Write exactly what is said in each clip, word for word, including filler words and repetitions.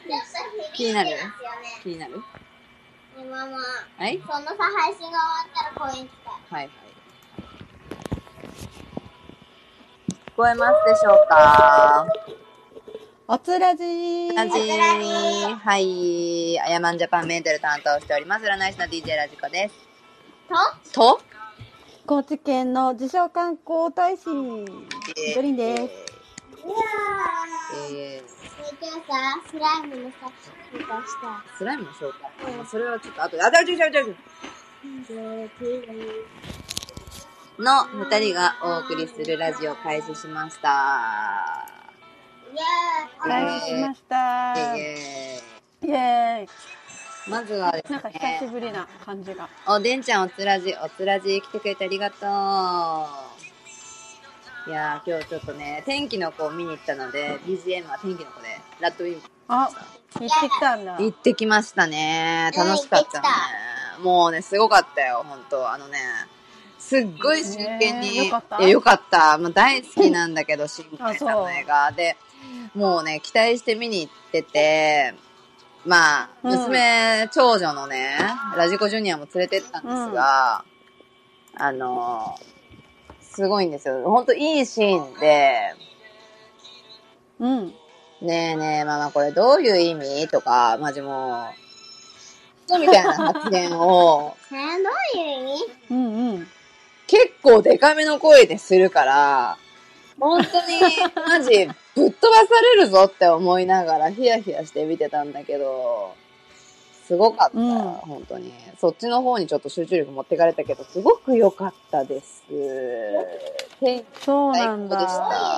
気になる気になるママ、 はい、 そのさ、配信が終わったら公園来たい。 はいはい。聞こえますでしょうか？ おつらじー。 ラジー。はい。あやまんジャパンメンタル担当しております。占い師の ディージェー ラジコです。とと高知県の自称観光大使、ジョリンです。 うわー。えー、今日さ、スライムのさ、紹介したい。 スライムの紹介、うん、それはちょっと、あとで、あ、ちょちょちょちょの二人がお送りするラジオ開始しました。 イェーイ。 開始しました。 イェーイ。 イェーイ。 まずはですね、 なんか久しぶりな感じが。 お、でんちゃんおつらじ、おつらじ来てくれてありがとう。いやー、今日ちょっとね、天気の子を見に行ったので、ビージーエム は天気の子で、ラッドウィンプ。 あ、行ってきたんだ。 行ってきましたね。楽しかったね。もうね、すごかったよ、ほんと。あのね、すっごい真剣に。 よかった。 よかった。もう大好きなんだけど、真剣さの映画で。もうね、期待して見に行ってて、まあ、娘、うん、長女のね、ラジコジュニアも連れてったんですが、うん、あの、すごいんですよ。ほんといいシーンで、 うん。 ねえねえ、ママこれどういう意味とか、マジもう、そうみたいな発言を、 えー、どういう意味？ うんうん。 結構デカめの声でするから、本当に、マジ、ぶっ飛ばされるぞって思いながらヒヤヒヤして見てたんだけど、すごかった、うん、本当に。そっちの方にちょっと集中力持ってかれたけど、すごく良かったです。 そうなんだ。 どういう意味だろうね。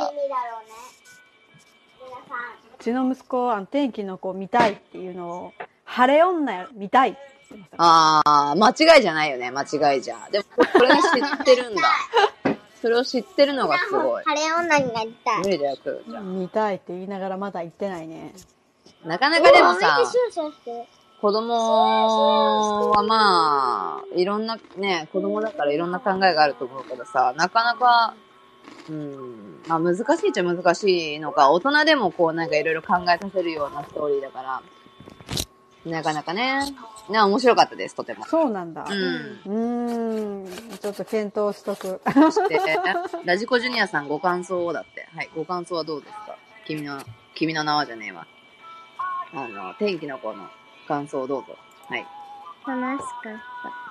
皆さん。 うちの息子は天気の子見たいっていうのを、晴れ女見たいって言ってました。 あー、間違いじゃないよね、間違いじゃ。でも、これが知ってるんだ。それを知ってるのがすごい。 晴れ女になりたい。 無理だよ、クーちゃん。 見たいって言いながらまだ言ってないね。 なかなかでもさ、子供はまあ、いろんなね、子供だからいろんな考えがあると思うけどさ、なかなか、うん、まあ難しいっちゃ難しいのか、大人でもこうなんかいろいろ考えさせるようなストーリーだから、なかなかね、ね、面白かったです、とても。 そうなんだ。 うん。 うーん、ちょっと検討しとく。 そして、ラジコジュニアさんご感想をだって。はい、ご感想はどうですか？君の、君の名はじゃねえわ。あの、天気の子の感想をどうぞ。はい。 楽しかった。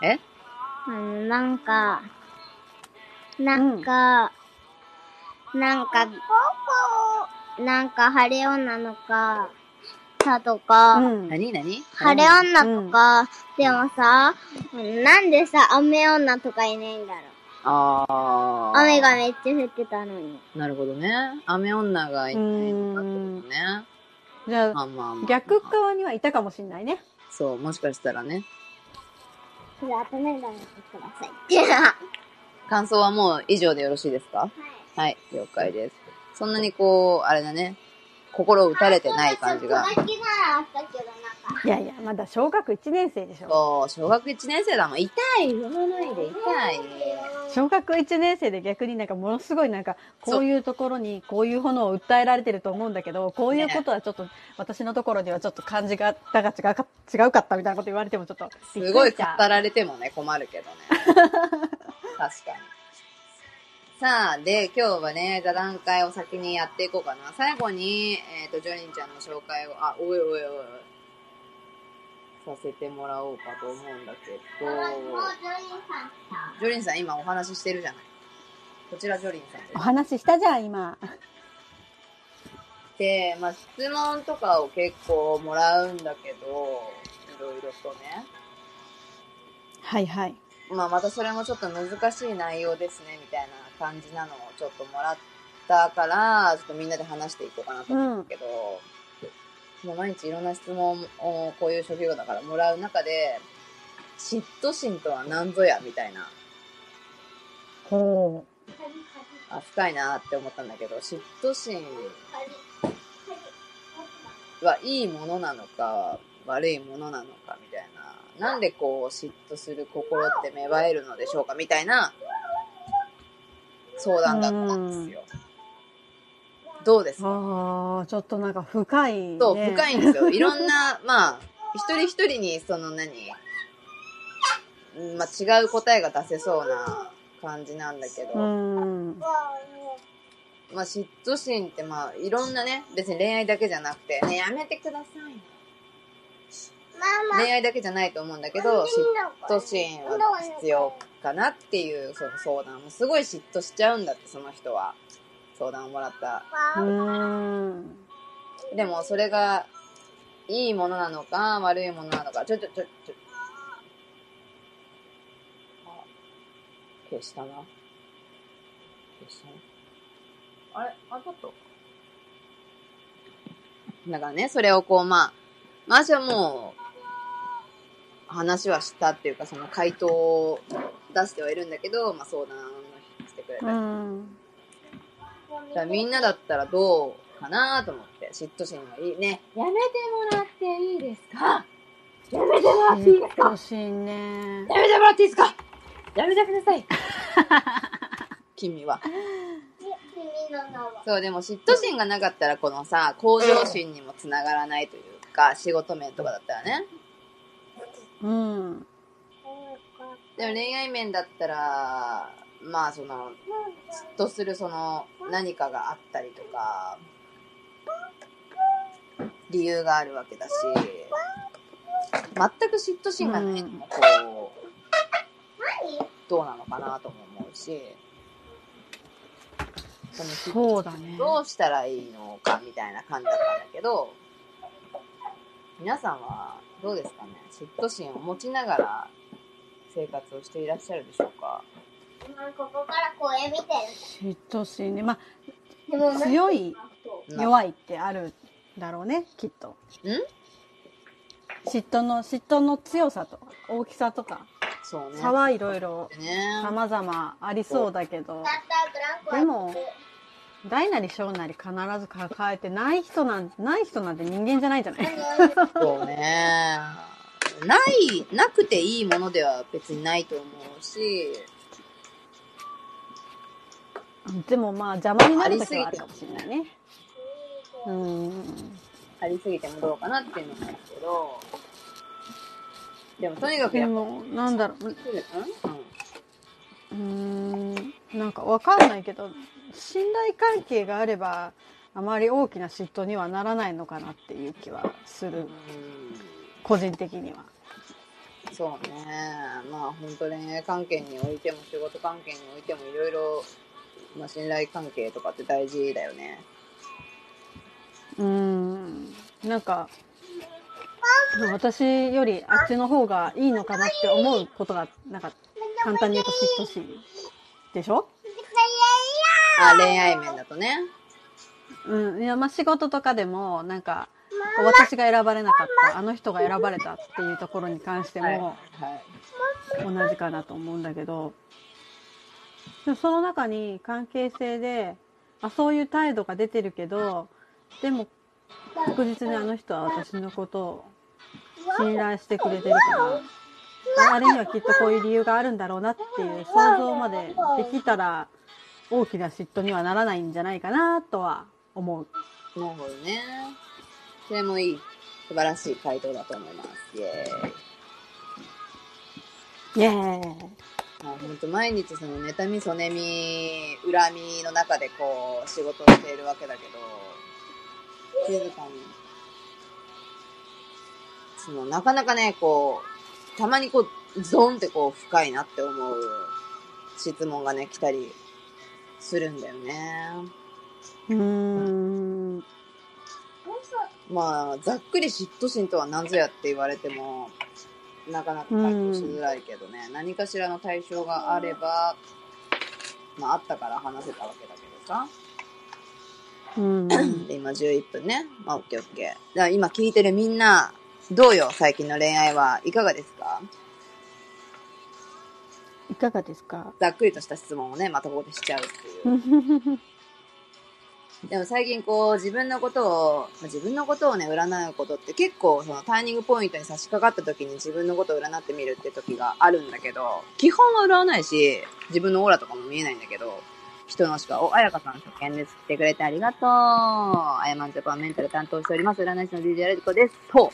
え？ あの、なんか、なんか、うん、なんか、なんか晴れ女のか、さとか、 うん、何何晴れ女とか、うん、でもさ、なんでさ、雨女とかいないんだろう。 あー。雨がめっちゃ降ってたのに。 なるほどね。雨女がいないんだってことね。 じゃあ、まあまあまあ、逆側にはいたかもしんないね。 そう、もしかしたらね。 それ頭にだめてください。 感想はもう以上でよろしいですか？はい。はい、了解です。そんなにこう、あれだね。心を打たれてない感じが。 いやいや、まだ小学いちねん生でしょ。 そう、小学いちねん生だもん。痛い、踏まないで痛い。 小学いちねん生で逆になんかものすごいなんか、こういうところにこういうものを訴えられてると思うんだけど、こういうことはちょっと、私のところではちょっと感じが、だが違うか、違うかったみたいなこと言われてもちょっとすごい語られてもね、困るけどね。確かに。さあ、で、今日はね、座談会を先にやっていこうかな。最後に、えっと、ジョリンちゃんの紹介を、あ、おいおいおいおい。させてもらおうかと思うんだけど、ジョリンさん今お話ししてるじゃない。こちらジョリンさんです。 お話ししたじゃん、今。 で、まあ、質問とかを結構もらうんだけど、いろいろとね。 はいはい。 まあ、またそれもちょっと難しい内容ですね、みたいな感じなのをちょっともらったから、ちょっとみんなで話していこうかなと思うんだけど、うん、もう毎日いろんな質問をこういう職業だからもらう中で、嫉妬心とは何ぞやみたいな。 ほう。 あ、深いなって思ったんだけど、嫉妬心はいいものなのか悪いものなのかみたいな。なんでこう嫉妬する心って芽生えるのでしょうかみたいな相談だったんですよ。 どうですか？ ああ、ちょっとなんか深いね。 そう、深いんですよ。いろんな、まあ、一人一人に、その何、まあ違う答えが出せそうな感じなんだけど、 うん。 まあ嫉妬心ってまあいろんなね、別に恋愛だけじゃなくて、ね、やめてください。恋愛だけじゃないと思うんだけど、嫉妬心は必要かなっていうその相談もすごい嫉妬しちゃうんだって、その人は。相談をもらった。 うーん。 でもそれがいいものなのか悪いものなのか、ちょちょちょちょ。あ、消したな。消したな。あれあ、ちょっと。だからね、それをこう、まあ、私はもう、話はしたっていうか、その回答を出してはいるんだけど、まあ相談してくれたり。 うん。 だからみんなだったらどうかなと思って、嫉妬心はいいね。やめてもらっていいですか？やめてもらっていいですか？ 嫉妬心ね。 やめてもらっていいですか？やめてください。君は。そう、でも嫉妬心がなかったらこのさ、向上心にもつながらないというか、仕事面とかだったらね。 うん。 でも恋愛面だったら、まあその、嫉妬するその何かがあったりとか、理由があるわけだし、全く嫉妬心がないのもこう、どうなのかなとも思うし、 そうだね。 どうしたらいいのかみたいな感じだったんだけど、皆さんはどうですかね？嫉妬心を持ちながら生活をしていらっしゃるでしょうか？ ここから声見てる。嫉妬心ね。まあ、強い、弱いってあるんだろうね、きっと。 ん？ 嫉妬の、嫉妬の強さとか、大きさとか、 そうね、 差はいろいろ、 ね、 様々ありそうだけど、でも、大なり小なり必ず抱えてない人なん、ない人なんて人間じゃないじゃない。 そうね。ない、なくていいものでは別にないと思うし、 でもまあ邪魔になる時はあるかもしれないね。うん。 ありすぎてもどうかなっていうのもあるけど、でもとにかくやっぱ、 でもなんだろう、 うん、 うーん、なんかわかんないけど、信頼関係があればあまり大きな嫉妬にはならないのかなっていう気はする。個人的には。 そうね。まあ本当恋愛関係においても仕事関係においてもいろいろ、まあ信頼関係とかって大事だよね。 うーん、なんか私よりあっちの方がいいのかなって思うことがなんか簡単に言うと嫉妬心でしょ？ あ、恋愛面だとね。 うん、いやまあ仕事とかでもなんか私が選ばれなかったあの人が選ばれたっていうところに関しても、はいはい、同じかなと思うんだけど、でもその中に関係性であそういう態度が出てるけどでも確実にあの人は私のことを信頼してくれてるからあれにはきっとこういう理由があるんだろうなっていう想像までできたら大きな嫉妬にはならないんじゃないかなとは思う。 なるほどね。それもいい素晴らしい回答だと思います。イエーイ。 イエーイ。 本当毎日その妬み、そねみ、恨みの中でこう仕事をしているわけだけど、静かにそのなかなかねこうたまにこうゾーンってこう深いなって思う質問がね来たりするんだよね。 うーん。 まあざっくり嫉妬心とは何ぞやって言われてもなかなか回答しづらいけどね、何かしらの対象があれば、まああったから話せたわけだけどさ。 うんで今じゅういっぷんね。まあオッケーオッケー。だから今聞いてるみんなどうよ、最近の恋愛はいかがですか？ いかがですか？ ざっくりとした質問をねまたここでしちゃうっていう。でも最近こう自分のことを自分のことをね占うことって結構そのターニングポイントに差し掛かった時に自分のことを占ってみるって時があるんだけど、基本は占わないし自分のオーラとかも見えないんだけど、 人のしか、お、あやかさん、初見です。来てくれてありがとう。あやまんジャパンメンタル担当しております。占い師の ディージェー ラジコです。と、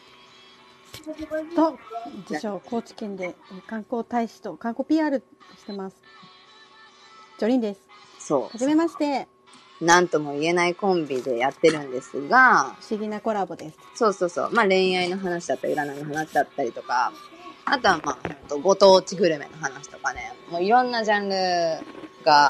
と、自称、高知県で観光大使と観光 ピーアール してます。ジョリンです。 そう。 はじめまして。 なんとも言えないコンビでやってるんですが、 不思議なコラボです。 そうそうそう。まあ恋愛の話だったり、占いの話だったりとか、あとはまあ、ほんとご当地グルメの話とかね、もういろんなジャンルが、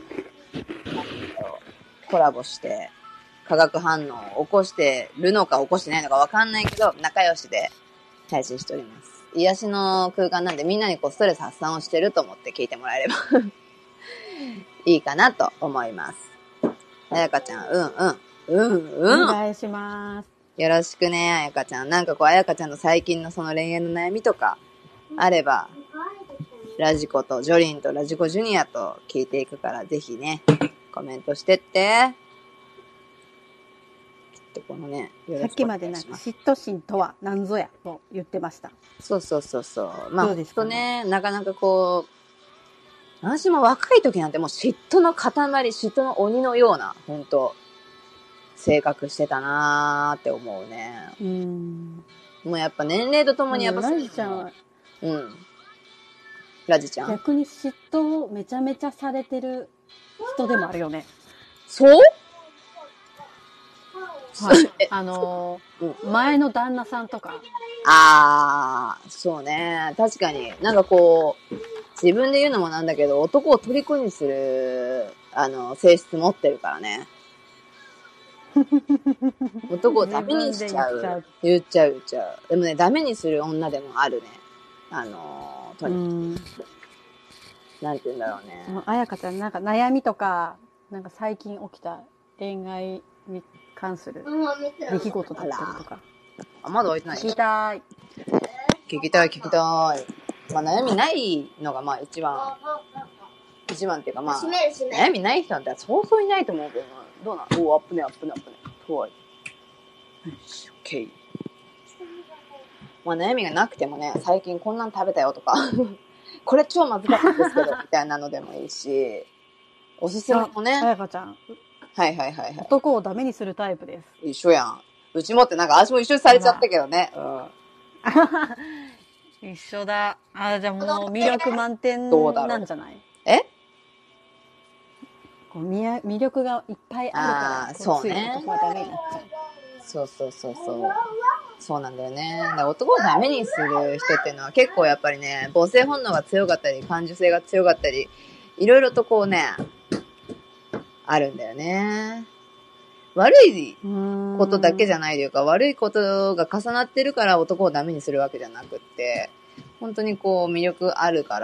コラボして、化学反応を起こしてるのか起こしてないのかわかんないけど、仲良しで配信しております。癒しの空間なんでみんなにこうストレス発散をしてると思って聞いてもらえればいいかなと思います。あやかちゃん、うんうん。うんうん。 お願いします。 よろしくね、あやかちゃん。なんかこう、あやかちゃんの最近のその恋愛の悩みとか、あれば、ラジコとジョリンとラジコジュニアと聞いていくから、ぜひね、コメントしてって。きっとこのね、よろしくお願いします。 さっきまでなんか嫉妬心とは何ぞやと言ってました。 そうそうそうそう。まあ、 どうですかね、 ほんとね、なかなかこう、私も若い時なんてもう嫉妬の塊、嫉妬の鬼のような、ほんと、性格してたなーって思うね。 うーん。 もうやっぱ年齢とともにやっぱラジちゃんは、 うん。ラジちゃん逆に嫉妬をめちゃめちゃされてる人でもあるよね。 そうはい。あのーうん、前の旦那さんとか。 あー、そうね。確かに。なんかこう、自分で言うのもなんだけど、男を虜にする、あの、性質持ってるからね。男をダメにしちゃう。言っちゃう言っちゃう。でもね、ダメにする女でもあるね。あのー、とにかく。なんて言うんだろうね。 あやかちゃん、なんか悩みとか、なんか最近起きた恋愛に関する出来事だったりとか。 あ、まだ開いてない。 聞きたい。 聞きたい、聞きたい。まあ悩みないのがまあ一番、一番っていうかまあ、悩みない人なんてそうそういないと思うけどな。どうなん？おー、アップね、アップね、アップね。怖い。よし、オッケー。まあ悩みがなくてもね、最近こんなん食べたよとか、これ超まずかったんですけど、みたいなのでもいいし、おすすめもね。 あやかちゃん。 はいはいはいはい。 男をダメにするタイプです。 一緒やん。うちもってなんか私も一緒にされちゃったけどね。 うん。一緒だ。あ、じゃあもう魅力満点なんじゃない？ え？ こう魅力がいっぱいあるから、 そうね。 男はダメになっちゃう。 そうそうそうそう。そうなんだよね。だから男をダメにする人っていうのは結構やっぱりね、母性本能が強かったり、感受性が強かったり、いろいろとこうね、あるんだよね。悪いことだけじゃないというか、悪いことが重なってるから男をダメにするわけじゃなくって、本当にこう魅力あるから、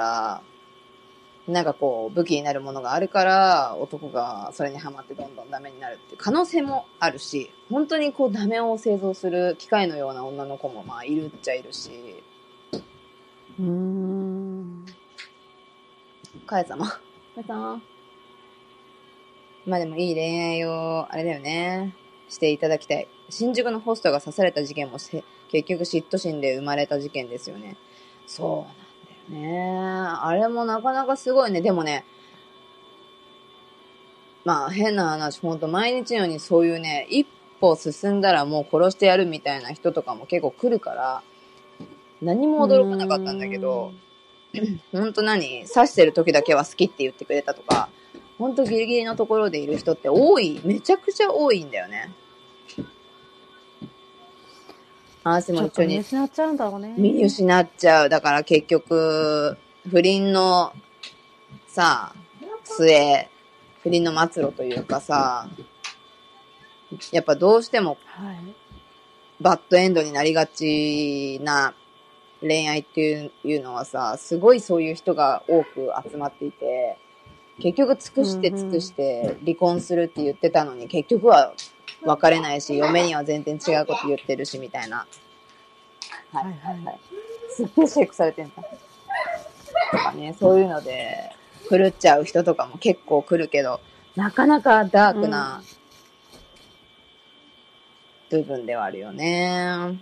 なんかこう武器になるものがあるから男がそれにハマってどんどんダメになるっていう可能性もあるし、本当にこうダメを製造する機械のような女の子もまあいるっちゃいるし。 うーん。 かえ様。かえさん。まあでもいい恋愛をあれだよね、していただきたい。新宿のホストが刺された事件も結局嫉妬心で生まれた事件ですよね。そうなんだよね。あれもなかなかすごいね。でもね、まあ変な話、ほんと毎日のようにそういうね、一歩進んだらもう殺してやるみたいな人とかも結構来るから、何も驚かなかったんだけど、ほんと何？刺してる時だけは好きって言ってくれたとか、ほんとギリギリのところでいる人って多い。めちゃくちゃ多いんだよね。話も一緒に。 見失っちゃうんだろうね。 見失っちゃう。だから結局、不倫のさ、末、不倫の末路というかさ、やっぱどうしても、バッドエンドになりがちな恋愛っていうのはさ、すごいそういう人が多く集まっていて、結局尽くして尽くして離婚するって言ってたのに、結局は別れないし、嫁には全然違うこと言ってるしみたいな。はいはいはい。すっげえシェイクされてんだ。とかね、そういうので狂っちゃう人とかも結構来るけど、なかなかダークな部分ではあるよね。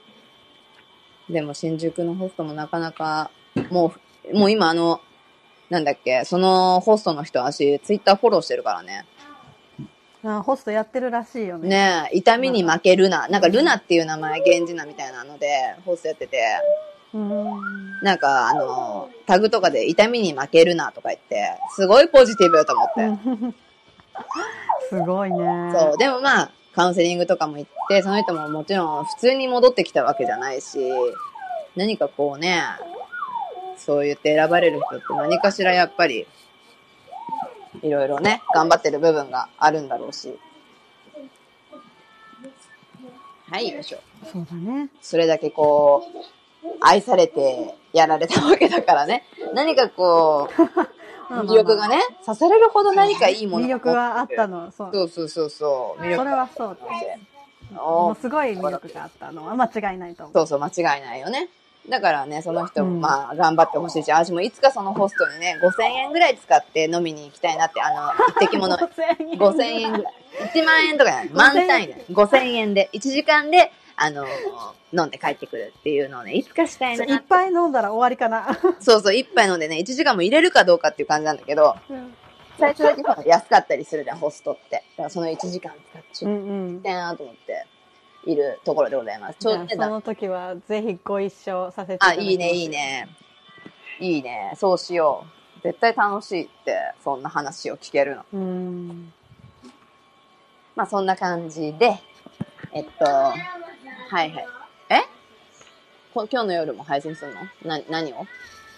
でも新宿のホストもなかなか、もう、もう今あの、 なんだっけ、そのホストの人、私、ツイッターフォローしてるからね。 あ、ホストやってるらしいよね。 ねえ、痛みに負けるな。なんか、ルナっていう名前、源氏名みたいなので、ホストやってて、 うん。 なんか、あの、タグとかで痛みに負けるなとか言って、すごいポジティブと思って。 すごいね。 そう。でもまあ、カウンセリングとかも行って、その人ももちろん普通に戻ってきたわけじゃないし、何かこうね、そう言って選ばれる人って何かしらやっぱり、いろいろね、頑張ってる部分があるんだろうし。はい、よいしょ。 そうだね。 それだけこう、愛されてやられたわけだからね。何かこう、魅力がね、刺されるほど何かいいもの魅力があったの。そうそうそうそうそう。 魅力それはそうだ。もうすごい魅力があったのは間違いないと思う。 そうそう、間違いないよね。だからね、その人もまあ、頑張ってほしいし、うん、私もいつかそのホストにね、ごせんえんぐらい使って飲みに行きたいなって、あの、一滴もの。ごせんえんぐらい。いちまんえんとかじゃない。満単位で。ごせんえんで、いちじかんで、あの、飲んで帰ってくるっていうのをね、いつかしたいな。 いっぱい飲んだら終わりかな。 そうそう、一杯飲んでね、いちじかんも入れるかどうかっていう感じなんだけど、うん、最初だけ安かったりするじゃん、ホストって。だからそのいちじかん使っちゃってなと思って。いるところでございます。 ちょうどその時はぜひご一緒させていただきます。 あ、いいね、いいね。いいね。そうしよう。絶対楽しいって、そんな話を聞けるの。 うん。 まあそんな感じで、えっと、はいはい。え今日の夜も配信するのな、何を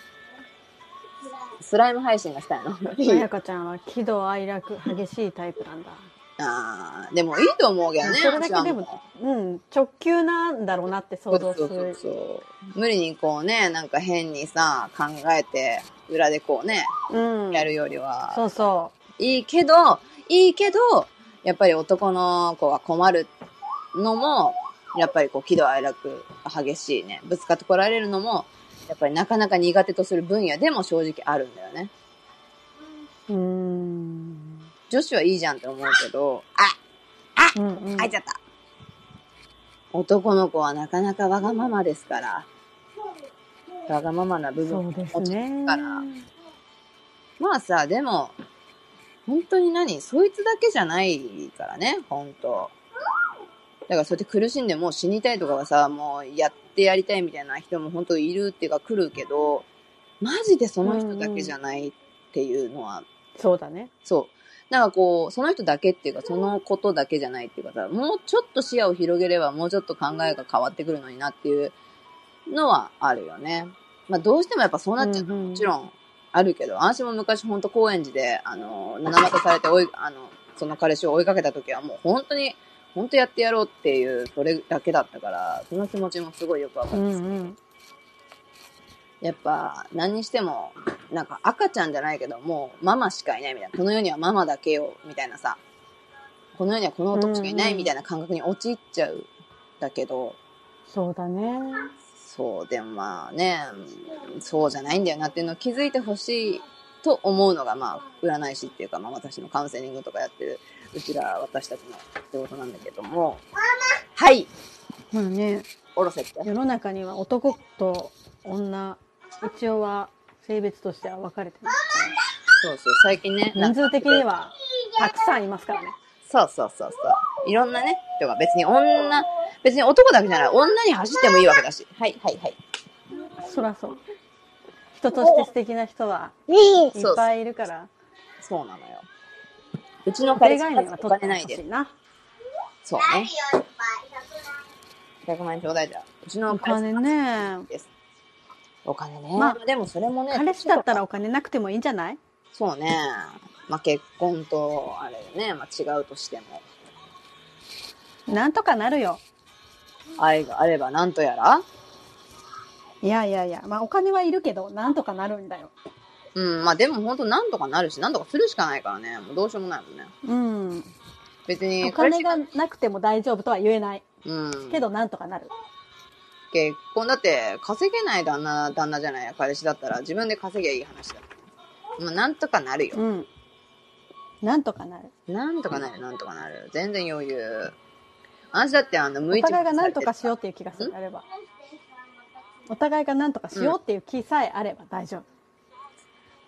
スライム配信がしたいのまやかちゃんは喜怒哀楽激しいタイプなんだ。 ああ、でもいいと思うけどね。 それだけでも、うん、直球なんだろうなって想像する。そうそうそうそう。無理にこうね、なんか変にさ、考えて、裏でこうね、うん、やるよりは。 そうそう。 いいけど、いいけど、やっぱり男の子が困るのも、やっぱりこう、喜怒哀楽激しいね。ぶつかってこられるのも、やっぱりなかなか苦手とする分野でも正直あるんだよね。 うーん。 女子はいいじゃんって思うけど、ああ、うんうん、開いちゃった。男の子はなかなかわがままですから。わがままな部分を持ちますから。 まあさ、でも、本当に何そいつだけじゃないからね、本当。だからそうやって苦しんでもう死にたいとかはさ、もうやってやりたいみたいな人も本当いるっていうか来るけど、マジでその人だけじゃないっていうのは。 うんうん、そうだね。 そう。なんかこう、その人だけっていうか、そのことだけじゃないっていうかさ、もうちょっと視野を広げれば、もうちょっと考えが変わってくるのになっていうのはあるよね。まあどうしてもやっぱそうなっちゃうのはもちろんあるけど、うんうん、私も昔ほんと高円寺で、あの、七股されて追い、あの、その彼氏を追いかけた時はもう本当に、本当やってやろうっていう、それだけだったから、その気持ちもすごいよくわかるんです、うんうん。やっぱ、何にしても、なんか赤ちゃんじゃないけど、もうママしかいないみたいな。この世にはママだけよ、みたいなさ。この世にはこの男しかいないみたいな感覚に陥っちゃう。だけど。 そうだね。 そう、でもまあね、そうじゃないんだよなっていうのを気づいてほしいと思うのが、まあ、占い師っていうか、まあ私のカウンセリングとかやってる、うちら私たちの仕事なんだけども。はい。 まあね、 おろせって。 世の中には男と女、一応は性別としては分かれてますから。 そうそう、最近ね。 人数的にはたくさんいますからね。 そうそうそうそう。いろんなね、人が別に女、別に男だけじゃない、女に走ってもいいわけだし。はい、はい、はい。 そらそう。人として素敵な人はいっぱいいるから。 そう、そうなのよ。うちの彼氏はお金ないで。そうね。ひゃくまん円ちょうだいじゃん。うちのお金ね。 お金ね。まあでもそれもね。 彼氏だったらお金なくてもいいんじゃない？ そうね。まあ結婚と、あれね、まあ違うとしても。 なんとかなるよ。 愛があればなんとやら？ いやいやいや、まあお金はいるけど、なんとかなるんだよ。 うん、まあでも本当なんとかなるし、なんとかするしかないからね。もうどうしようもないもんね。 うん。 別に。 お金がなくても大丈夫とは言えない。 うん。 けどなんとかなる。 結婚だって稼げない旦那、旦那じゃないや、彼氏だったら自分で稼ぎゃいい話だ。まあなんとかなるよ。 うん。なんとかなる。 なんとかなる、なんとかなる。全然余裕。私だってあの、無一文お互いがなんとかしようっていう気がする、あれば。お互いがなんとかしようっていう気さえあれば大丈夫。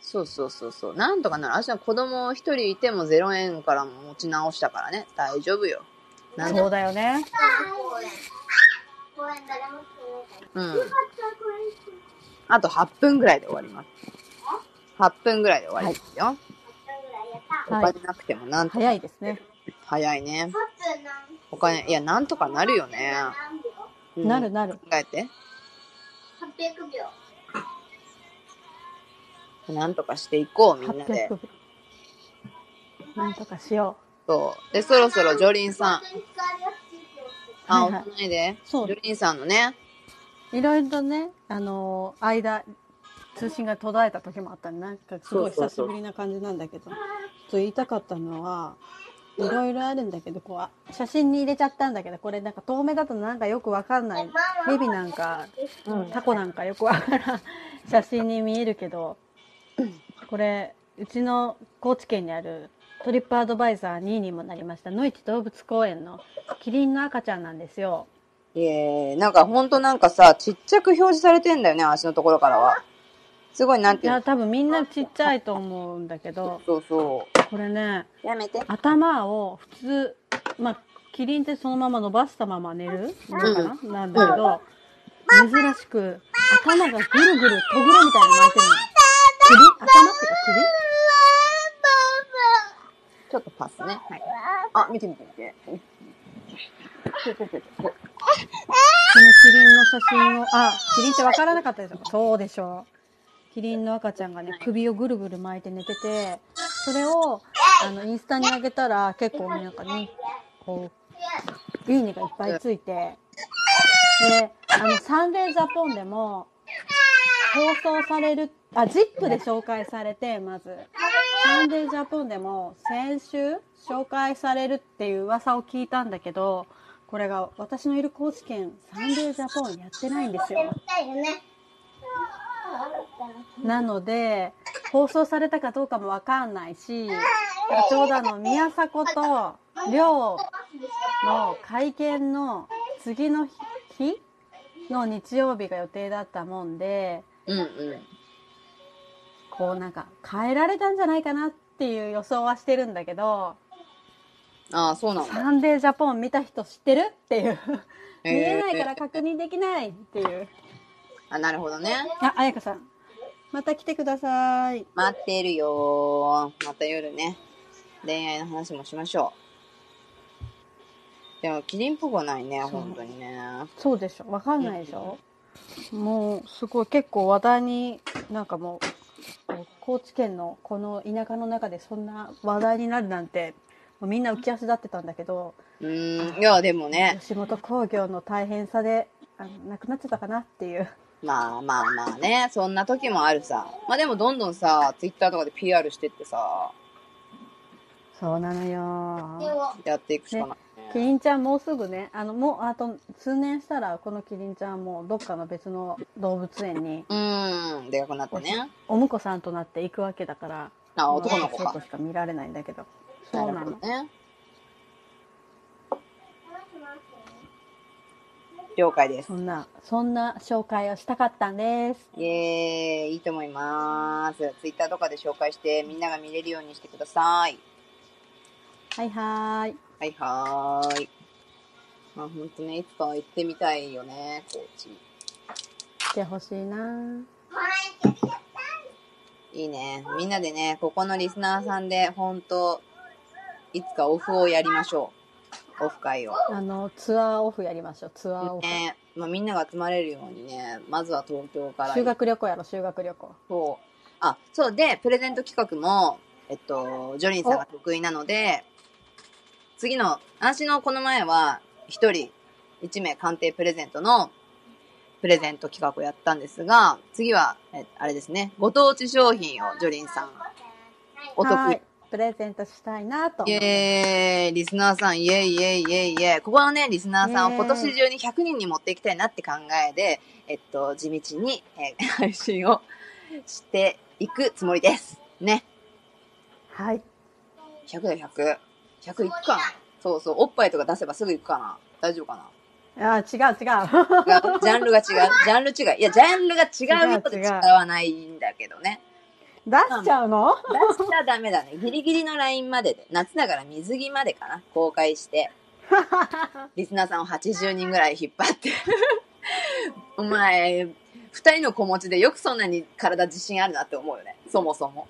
そうそうそうそう。なんとかなる。私は子供一人いてもゼロえんからも持ち直したからね。大丈夫よ。なんそうだよね。 うん。あとはっぷんぐらいで終わります。はっぷんぐらいで終わりますよ。おはい。 金なくてもなんとか。 早いですね。 早いね。お金、いや、なんとかなるよね。うん、 なるなる。 考えて。 はっぴゃくびょう。なんとかしていこう、みんなで。 はっぴゃくびょう。なんとかしよそう。で、そろそろジョリンさん。あ、 はいはい押さないで。 そうジョリンさんのね。 う。いろいろとね、あのー間、通信が途絶えた時もあったんで、なんかすごい久しぶりな感じなんだけど、ちょっと言いたかったのは、いろいろあるんだけど、こう、写真に入れちゃったんだけど、これなんか遠目だとなんかよくわかんない、ヘビなんか、タコなんかよくわからん写真に見えるけど、これ、うちの高知県にあるトリップアドバイザーにいにもなりました、野市動物公園のキリンの赤ちゃんなんですよ。 いえ、なんかほんとなんかさ、ちっちゃく表示されてんだよね、足のところからは。すごいなんていうの。 いや、多分みんなちっちゃいと思うんだけど、 そうそこれね、 う。やめて。 頭を普通、まあ、キリンってそのまま伸ばしたまま寝るのかな、うん、なんだけど、珍しく頭がぐるぐるとぐろみたいに巻いてるの。首頭っていうか首ちょっとパスね。はい。あ、見て見て見て。 そのキリンの写真を、あ、キリンって分からなかったでしょ。そうでしょう。キリンの赤ちゃんがね、首をぐるぐる巻いて寝てて、それを、あの、インスタに上げたら、結構なんかね、こう、いいねがいっぱいついて、で、あの、サンデージャポンでも、放送される、あ、ジップで紹介されて、まず、サンデージャポンでも、先週、紹介されるっていう噂を聞いたんだけど、これが私のいる高知県、サンデージャポンやってないんですよ。なので、放送されたかどうかもわかんないし、ちょうどあの、宮迫と亮の会見の次の日の日曜日が予定だったもんで、 うんうん。 こうなんか変えられたんじゃないかなっていう予想はしてるんだけど、 ああ、そうなんだ。 サンデージャポン見た人知ってるっていう。見えないから確認できないっていう。 あ、なるほどね。 あ、あやかさん。また来てください。 待ってるよー。また夜ね。恋愛の話もしましょう。でも、キリンっぽくはないね、本当にね。 そうでしょ。わかんないでしょ。うん、もう、すごい結構話題に、なんかもう、高知県のこの田舎の中でそんな話題になるなんて、もうみんな浮き足立ってたんだけど。 うーん、いや、でもね。 吉本興業の大変さで、あの、なくなっちゃったかなっていう。 まあまあまあね、そんな時もあるさ。まあでもどんどんさ、ツイッターとかで ピーアール してってさ。 そうなのよ。 やっていくしかない、ね。 キリンちゃんもうすぐね、あの、もうあと数年したら、このキリンちゃんもどっかの別の動物園に。 うーん、でかくなってね。 お婿さんとなって行くわけだから。 あ、男の子か。 そうしか見られないんだけど。そうなの。 ね。了解です。 そんな、そんな紹介をしたかったんです。 イエーイ、いいと思います。ツイッターとかで紹介してみんなが見れるようにしてください。 はいはーい。 はいはーい。まあほんとね、いつかは行ってみたいよね、高知。 来てほしいな。 いいね。みんなでね、ここのリスナーさんでほんと、いつかオフをやりましょう。オフ会を。 あの、ツアーオフやりましょう、ツアーオフ。 ね、まあ、みんなが集まれるようにね、まずは東京から。 修学旅行やろ、修学旅行。 そう。あ、そうで、プレゼント企画も、えっと、ジョリンさんが得意なので、次の、私のこの前は、一人、一名鑑定プレゼントの、プレゼント企画をやったんですが、次は、えあれですね、ご当地商品をジョリンさん、お得意。 プレゼントしたいなと思イエーイ、リスナーさん、イエイイエイイエイイエイ。ここのね、リスナーさんを今年中にひゃくにんに持っていきたいなって考えで、えっと、地道に、えー、配信をしていくつもりです。ね。 はい。 ひゃくだよ、ひゃく。ひゃくいくかな。そうそう、おっぱいとか出せばすぐいくかな。大丈夫かな。 あ、違う違う。 違う。ジャンルが違う。ジャンル違い。いや、ジャンルが違うよって違わないんだけどね。 出しちゃうの？ 出しちゃダメだね。ギリギリのラインまでで。夏だから水着までかな。公開して。リスナーさんをはちじゅうにんぐらい引っ張って。お前、二人の子持ちでよくそんなに体自信あるなって思うよね。そもそも。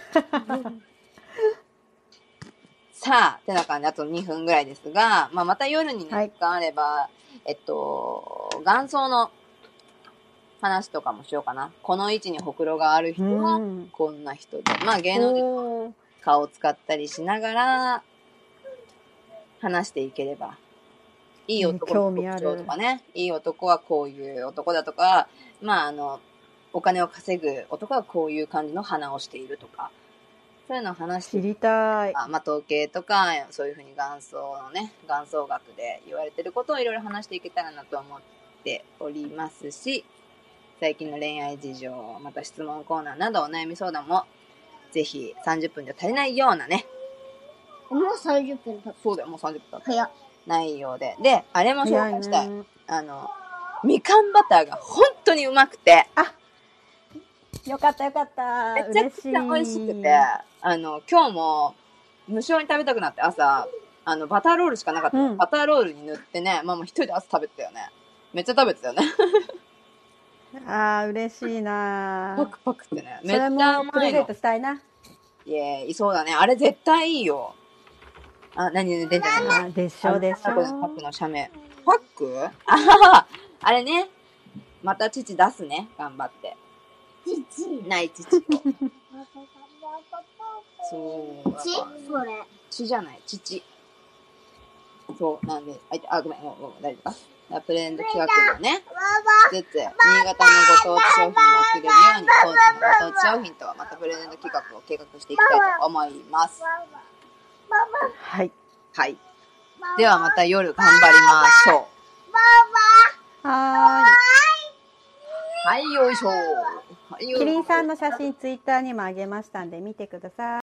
さあ、てな感じであとにふんぐらいですが、まあ、また夜にね、 はい時間あれば、えっと、元祖の話とかもしようかな。この位置にほくろがある人はうんこんな人で、まあ芸能人のおー顔を使ったりしながら話していければ。いい男の特徴とかね、いい男はこういう男だとか、まああの、お金を稼ぐ男はこういう感じの鼻をしているとか、そういうのを話して知りたい。 まあ、統計とか、そういうふうに元祖のね、元祖学で言われてることをいろいろ話していけたらなと思っておりますし、最近の恋愛事情、また質問コーナーなどお悩み相談も、ぜひさんじゅっぷんで足りないようなね。 もうさんじゅっぷん経った。 そうだよ、もうさんじゅっぷん経った。 早っ。 内容で。で、あれも紹介したい。 ね、 あの、みかんバターが本当にうまくて。 あ、よかったよかった。 めちゃくちゃ美味しくて、あの、今日も無性に食べたくなって朝、あの、バターロールしかなかった。うん、バターロールに塗ってね、ママ一人で朝食べてたよね。めっちゃ食べてたよね。 あー、嬉しいなパクパクってね。 めっちゃうまいの。それもプレゼントしたいな。 いえー、そうだね。あれ絶対いいよ。あ、何で出てないの？でしょでしょ。 パックの写メ。パック？あはは。あれね。また父出すね。頑張って。 父ない父を。そう。 父それ。 父じゃない。父。そう。なんで、あ、あごめん、もう、もう大丈夫か。プレゼント企画のね、つつ、新潟のご当地商品を送れるように、高知のご当地商品とはまたプレゼント企画を計画していきたいと思います。 はい。 はい。ではまた夜頑張りましょう。はーい。 はい、よいしょ。はい、 キリンさんの写真ツイッターにもあげましたんで見てください。